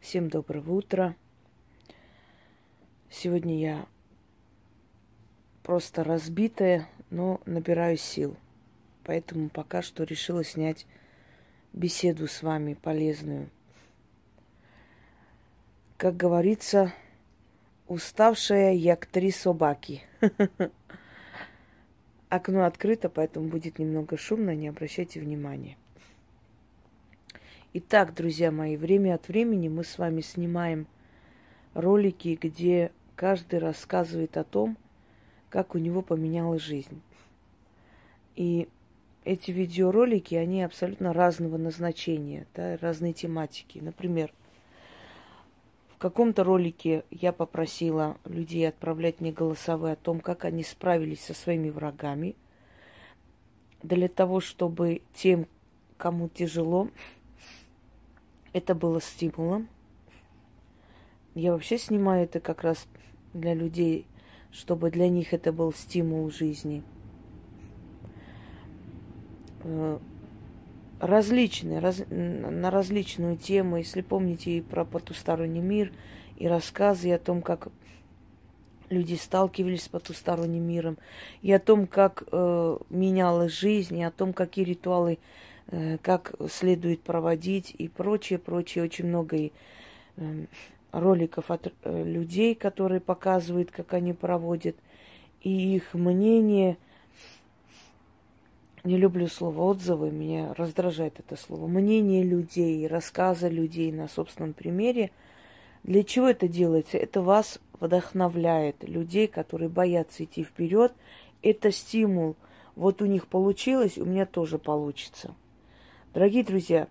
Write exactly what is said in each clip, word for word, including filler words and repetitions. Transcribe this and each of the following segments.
Всем доброго утра. Сегодня я просто разбитая, но набираю сил. Поэтому пока что решила снять беседу с вами полезную. Как говорится, уставшая, як три собаки. Окно открыто, поэтому будет немного шумно, не обращайте внимания. Итак, друзья мои, время от времени мы с вами снимаем ролики, где каждый рассказывает о том, как у него поменялась жизнь. И эти видеоролики, они абсолютно разного назначения, да, разной тематики. Например, в каком-то ролике я попросила людей отправлять мне голосовые о том, как они справились со своими врагами, для того, чтобы тем, кому тяжело, это было стимулом. Я вообще снимаю это как раз для людей, чтобы для них это был стимул жизни. Различные, раз, на различную тему. Если помните и про потусторонний мир, и рассказы о том, как люди сталкивались с потусторонним миром, и о том, как э, менялась жизнь, и о том, какие ритуалы как следует проводить и прочее, прочее. Очень много и, э, роликов от э, людей, которые показывают, как они проводят, и их мнение. Не люблю слово отзывы, меня раздражает это слово. Мнение людей, рассказы людей на собственном примере. Для чего это делается? Это вас вдохновляет. Людей, которые боятся идти вперед. Это стимул. Вот у них получилось, у меня тоже получится. Дорогие друзья,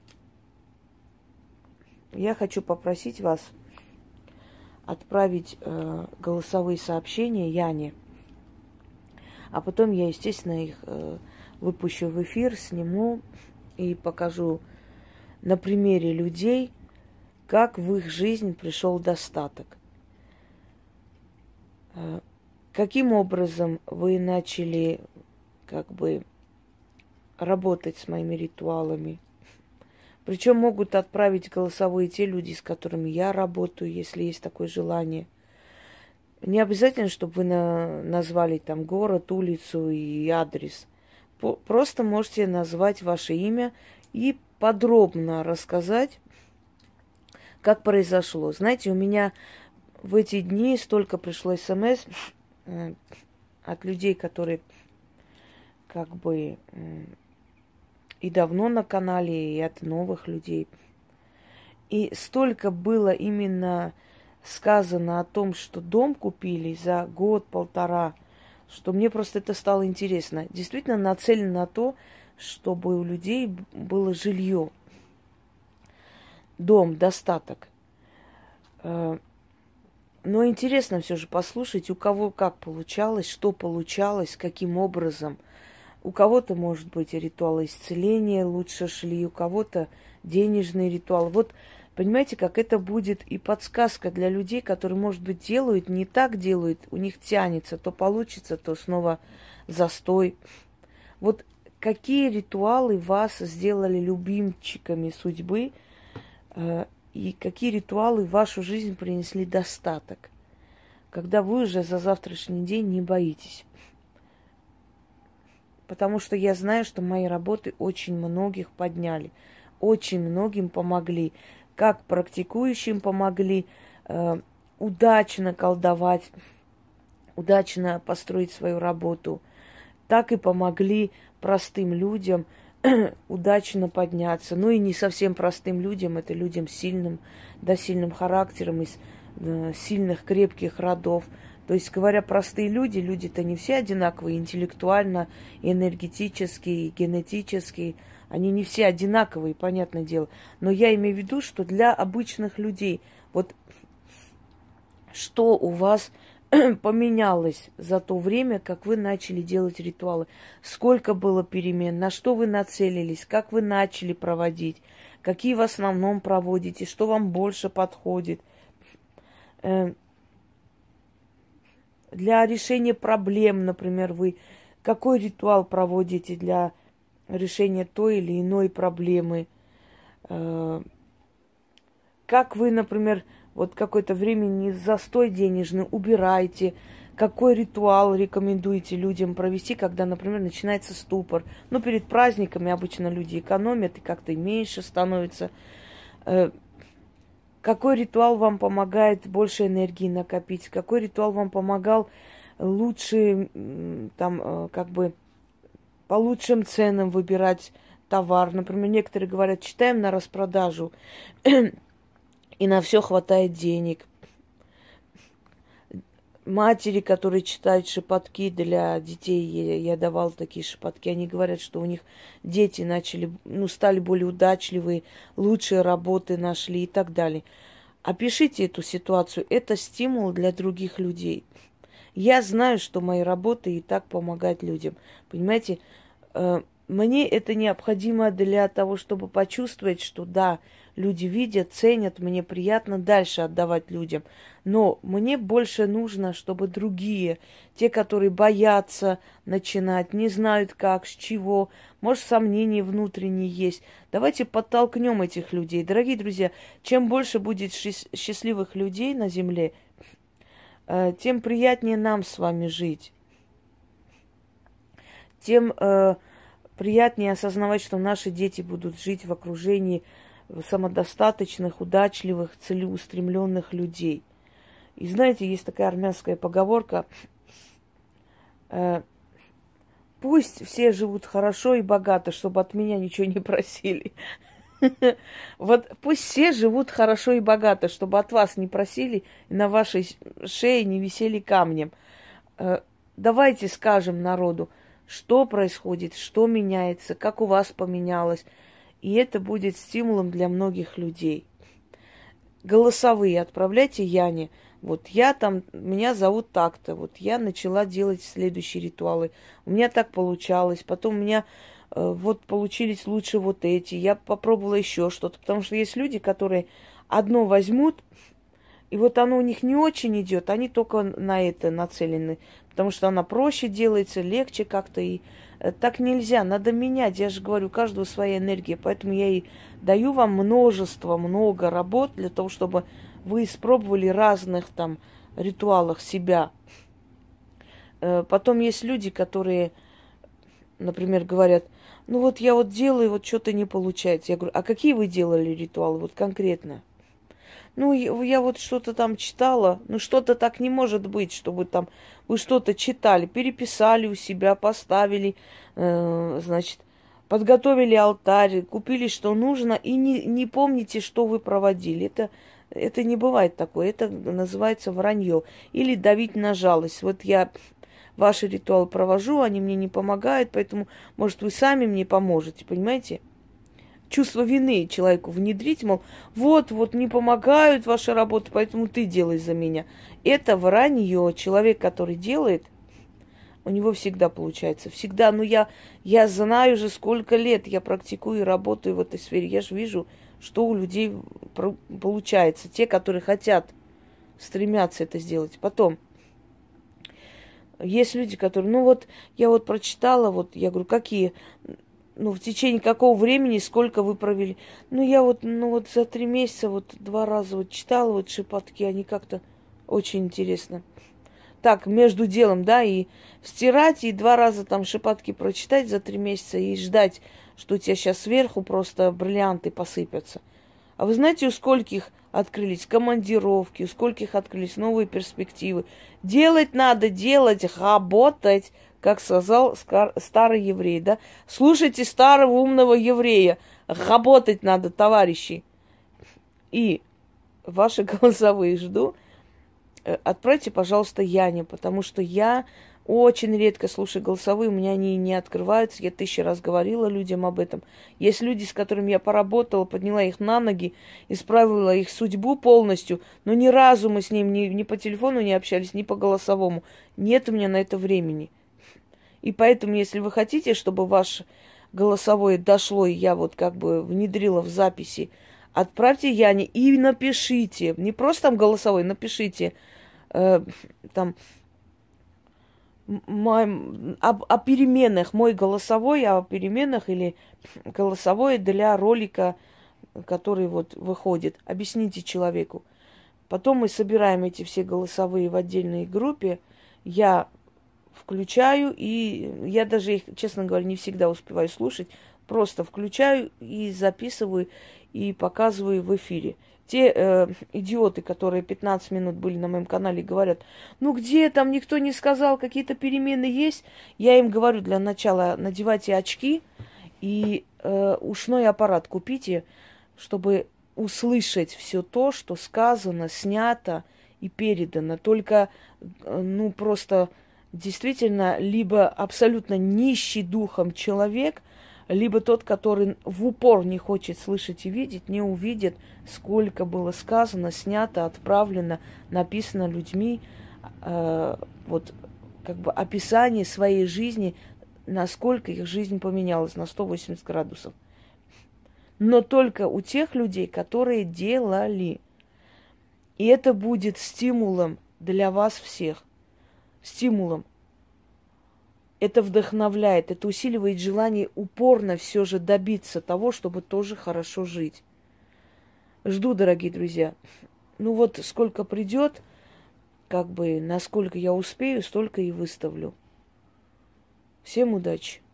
я хочу попросить вас отправить э, голосовые сообщения Яне, а потом я, естественно, их э, выпущу в эфир, сниму и покажу на примере людей, как в их жизнь пришел достаток. Э, каким образом вы начали, как бы, работать с моими ритуалами. Причем могут отправить голосовые те люди, с которыми я работаю, если есть такое желание. Не обязательно, чтобы вы на, назвали там город, улицу и адрес. По, просто можете назвать ваше имя и подробно рассказать, как произошло. Знаете, у меня в эти дни столько пришло смс от людей, которые как бы и давно на канале, и от новых людей. И столько было именно сказано о том, что дом купили за год-полтора, что мне просто это стало интересно. Действительно нацелено на то, чтобы у людей было жилье, дом, достаток. Но интересно все же послушать, у кого как получалось, что получалось, каким образом. У кого-то, может быть, ритуалы исцеления лучше шли, у кого-то денежный ритуал. Вот, понимаете, как это будет и подсказка для людей, которые, может быть, делают, не так делают, у них тянется, то получится, то снова застой. Вот какие ритуалы вас сделали любимчиками судьбы, э, и какие ритуалы в вашу жизнь принесли достаток, когда вы уже за завтрашний день не боитесь. Потому что я знаю, что мои работы очень многих подняли, очень многим помогли. Как практикующим помогли э, удачно колдовать, удачно построить свою работу, так и помогли простым людям удачно подняться. Ну и не совсем простым людям, это людям с сильным, да, сильным характером, из э, сильных, крепких родов. То есть, говоря, простые люди, люди-то не все одинаковые, интеллектуально, энергетически, генетически. Они не все одинаковые, понятное дело. Но я имею в виду, что для обычных людей, вот что у вас поменялось за то время, как вы начали делать ритуалы? Сколько было перемен? На что вы нацелились? Как вы начали проводить? Какие в основном проводите? Что вам больше подходит? Для решения проблем, например, вы какой ритуал проводите для решения той или иной проблемы? как вы, например, вот какое-то время не застой денежный, убираете, какой ритуал рекомендуете людям провести, когда, например, начинается ступор. Ну, перед праздниками обычно люди экономят, и как-то и меньше становится. Э, какой ритуал вам помогает больше энергии накопить? Какой ритуал вам помогал лучше, там, э, как бы, по лучшим ценам выбирать товар? Например, некоторые говорят, читаем на распродажу, и на все хватает денег. Матери, которые читают шепотки для детей, я, я давала такие шепотки, они говорят, что у них дети начали, ну, стали более удачливые, лучшие работы нашли и так далее. Опишите эту ситуацию, это стимул для других людей. Я знаю, что мои работы и так помогают людям. Понимаете, мне это необходимо для того, чтобы почувствовать, что да, люди видят, ценят, мне приятно дальше отдавать людям. Но мне больше нужно, чтобы другие, те, которые боятся начинать, не знают как, с чего, может, сомнения внутренние есть. Давайте подтолкнем этих людей. Дорогие друзья, чем больше будет счастливых людей на земле, тем приятнее нам с вами жить. Тем э, приятнее осознавать, что наши дети будут жить в окружении самодостаточных, удачливых, целеустремленных людей. И знаете, есть такая армянская поговорка: э, пусть все живут хорошо и богато, чтобы от меня ничего не просили. Вот пусть все живут хорошо и богато, чтобы от вас не просили и на вашей шее не висели камнем. Э, давайте скажем народу, что происходит, что меняется, как у вас поменялось. И это будет стимулом для многих людей. Голосовые отправляйте Яне. Вот я там, меня зовут так-то. Вот я начала делать следующие ритуалы. У меня так получалось. Потом у меня э, вот получились лучше вот эти. Я попробовала еще что-то. Потому что есть люди, которые одно возьмут, и вот оно у них не очень идет. Они только на это нацелены. Потому что она проще делается, легче как-то. И так нельзя, надо менять. Я же говорю, у каждого своя энергия. Поэтому я и даю вам множество, много работ для того, чтобы вы испробовали разных там ритуалах себя. Потом есть люди, которые, например, говорят, ну вот я вот делаю, вот что-то не получается. Я говорю, а какие вы делали ритуалы, вот конкретно? Ну, я, я вот что-то там читала, ну что-то так не может быть, чтобы там вы что-то читали, переписали у себя, поставили, э, значит, подготовили алтарь, купили, что нужно, и не, не помните, что вы проводили. Это, это не бывает такое, это называется вранье. Или давить на жалость. Вот я ваши ритуалы провожу, они мне не помогают, поэтому, может, вы сами мне поможете, понимаете? Чувство вины человеку внедрить, мол, вот, вот не помогают ваши работы, поэтому ты делай за меня. Это вранье. Человек, который делает, у него всегда получается. Всегда. Ну, я, я знаю уже сколько лет, я практикую и работаю в этой сфере. Я же вижу, что у людей получается. Те, которые хотят, стремятся это сделать. Потом, есть люди, которые, ну вот, я вот прочитала, вот, я говорю, какие... Ну, в течение какого времени, сколько вы провели? Ну, я вот, ну, вот за три месяца вот два раза вот читала вот шепотки, они как-то очень интересно. Так, между делом, да, и стирать, и два раза там шепотки прочитать за три месяца, и ждать, что у тебя сейчас сверху просто бриллианты посыпятся. А вы знаете, у скольких открылись командировки, у скольких открылись новые перспективы? Делать надо, делать, работать, как сказал старый еврей, да? Слушайте старого умного еврея. Работать надо, товарищи. И ваши голосовые жду. Отправьте, пожалуйста, Яне, потому что я очень редко слушаю голосовые, у меня они не открываются. Я тысячу раз говорила людям об этом. Есть люди, с которыми я поработала, подняла их на ноги, исправила их судьбу полностью, но ни разу мы с ним ни, ни по телефону не общались, ни по голосовому. Нет у меня на это времени. И поэтому, если вы хотите, чтобы ваше голосовое дошло, и я вот как бы внедрила в записи, отправьте Яне и напишите. Не просто там голосовой, напишите э, там мой, о, о переменах, мой голосовой, о переменах или голосовое для ролика который вот выходит. Объясните человеку. Потом мы собираем эти все голосовые в отдельной группе. Я включаю, и я даже их, честно говоря, не всегда успеваю слушать. Просто включаю и записываю, и показываю в эфире. Те э, идиоты, которые пятнадцать минут были на моем канале, говорят, ну где там, никто не сказал, какие-то перемены есть. Я им говорю, для начала надевайте очки и э, ушной аппарат купите, чтобы услышать все то, что сказано, снято и передано. Только, э, ну, просто действительно, либо абсолютно нищий духом человек, либо тот, который в упор не хочет слышать и видеть, не увидит, сколько было сказано, снято, отправлено, написано людьми, э, вот как бы описание своей жизни, насколько их жизнь поменялась на сто восемьдесят градусов. Но только у тех людей, которые делали. И это будет стимулом для вас всех. Стимулом. Это вдохновляет, это усиливает желание упорно все же добиться того, чтобы тоже хорошо жить. Жду, дорогие друзья. Ну вот сколько придет, как бы, насколько я успею, столько и выставлю. Всем удачи!